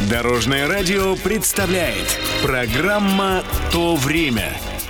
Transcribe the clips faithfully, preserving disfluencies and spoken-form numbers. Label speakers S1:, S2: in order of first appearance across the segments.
S1: Дорожное радио представляет программа «То время».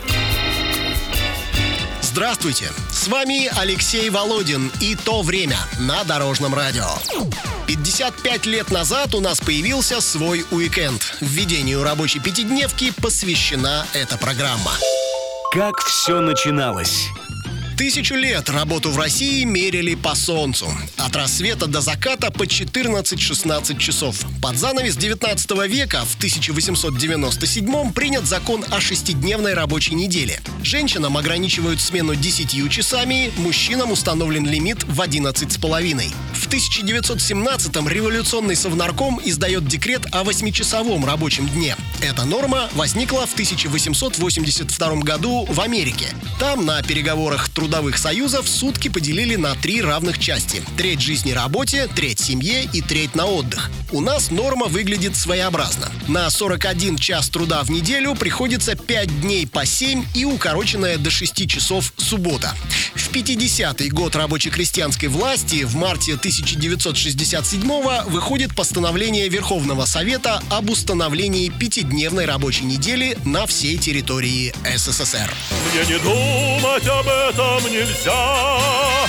S2: Здравствуйте! С вами Алексей Володин и «То время» на Дорожном радио. пятьдесят пять лет назад у нас появился свой уикенд. Введению рабочей пятидневки посвящена эта программа.
S1: Как все начиналось?
S2: Тысячу лет работу в России мерили по солнцу. От рассвета до заката по четырнадцать-шестнадцать часов. Под занавес девятнадцатого века, в тысяча восемьсот девяносто седьмом, принят закон о шестидневной рабочей неделе. Женщинам ограничивают смену десятью часами, мужчинам установлен лимит в одиннадцать с половиной. В тысяча девятьсот семнадцатом революционный Совнарком издает декрет о восьмичасовом рабочем дне. Эта норма возникла в тысяча восемьсот восемьдесят втором году в Америке. Там на переговорах трудовых союзов сутки поделили на три равных части. Треть жизни работе, треть семье и треть на отдых. У нас норма выглядит своеобразно. На сорок один час труда в неделю приходится пять дней по семь и укороченная до шести часов суббота. В пятидесятый год рабоче-крестьянской власти в марте тысяча девятьсот шестьдесят седьмого выходит постановление Верховного Совета об установлении пятидневной рабочей недели на всей территории СССР.
S3: Мне не думать об этом нельзя,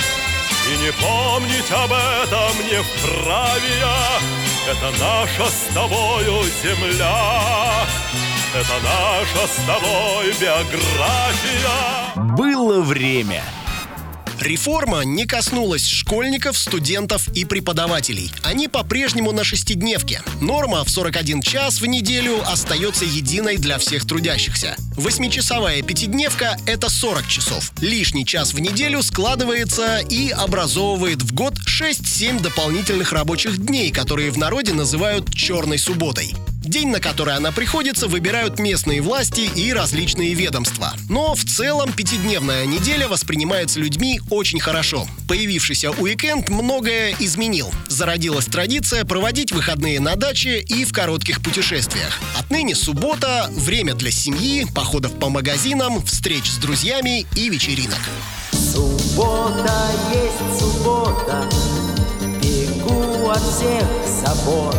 S3: и не помнить об этом не вправе я. Это наша с тобою земля, это наша с тобой биография.
S1: Было время.
S2: Реформа не коснулась школьников, студентов и преподавателей. Они по-прежнему на шестидневке. Норма в сорок один час в неделю остается единой для всех трудящихся. Восьмичасовая пятидневка — это сорок часов. Лишний час в неделю складывается и образовывает в год шесть-семь дополнительных рабочих дней, которые в народе называют «черной субботой». День, на который она приходится, выбирают местные власти и различные ведомства. Но в целом пятидневная неделя воспринимается людьми очень хорошо. Появившийся уикенд многое изменил. Зародилась традиция проводить выходные на даче и в коротких путешествиях. Отныне суббота — время для семьи, походов по магазинам, встреч с друзьями и вечеринок.
S4: Суббота есть суббота, бегу от всех забот.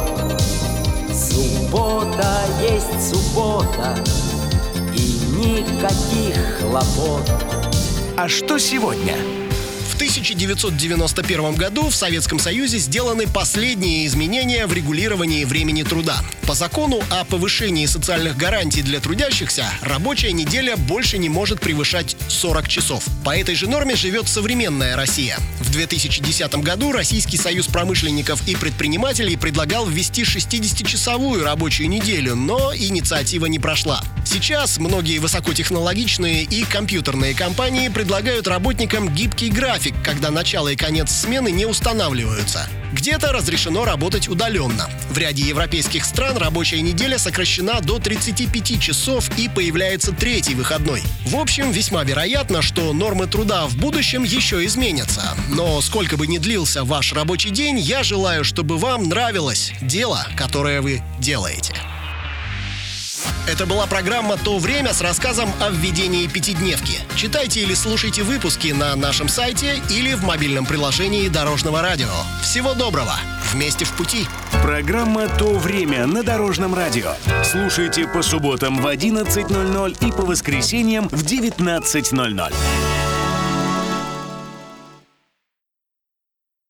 S4: Суббота есть суббота, и никаких хлопот.
S1: А что сегодня?
S2: В тысяча девятьсот девяносто первом году в Советском Союзе сделаны последние изменения в регулировании времени труда. По закону о повышении социальных гарантий для трудящихся рабочая неделя больше не может превышать сорок часов. По этой же норме живет современная Россия. В две тысячи десятом году Российский союз промышленников и предпринимателей предлагал ввести шестидесятичасовую рабочую неделю, но инициатива не прошла. Сейчас многие высокотехнологичные и компьютерные компании предлагают работникам гибкий график, когда начало и конец смены не устанавливаются. Где-то разрешено работать удаленно. В ряде европейских стран рабочая неделя сокращена до тридцати пяти часов и появляется третий выходной. В общем, весьма вероятно, что нормы труда в будущем еще изменятся. Но сколько бы ни длился ваш рабочий день, я желаю, чтобы вам нравилось дело, которое вы делаете. Это была программа «То время» с рассказом о введении пятидневки. Читайте или слушайте выпуски на нашем сайте или в мобильном приложении Дорожного радио. Всего доброго! Вместе в пути!
S1: Программа «То время» на Дорожном радио. Слушайте по субботам в одиннадцать ноль ноль и по воскресеньям в девятнадцать ноль ноль.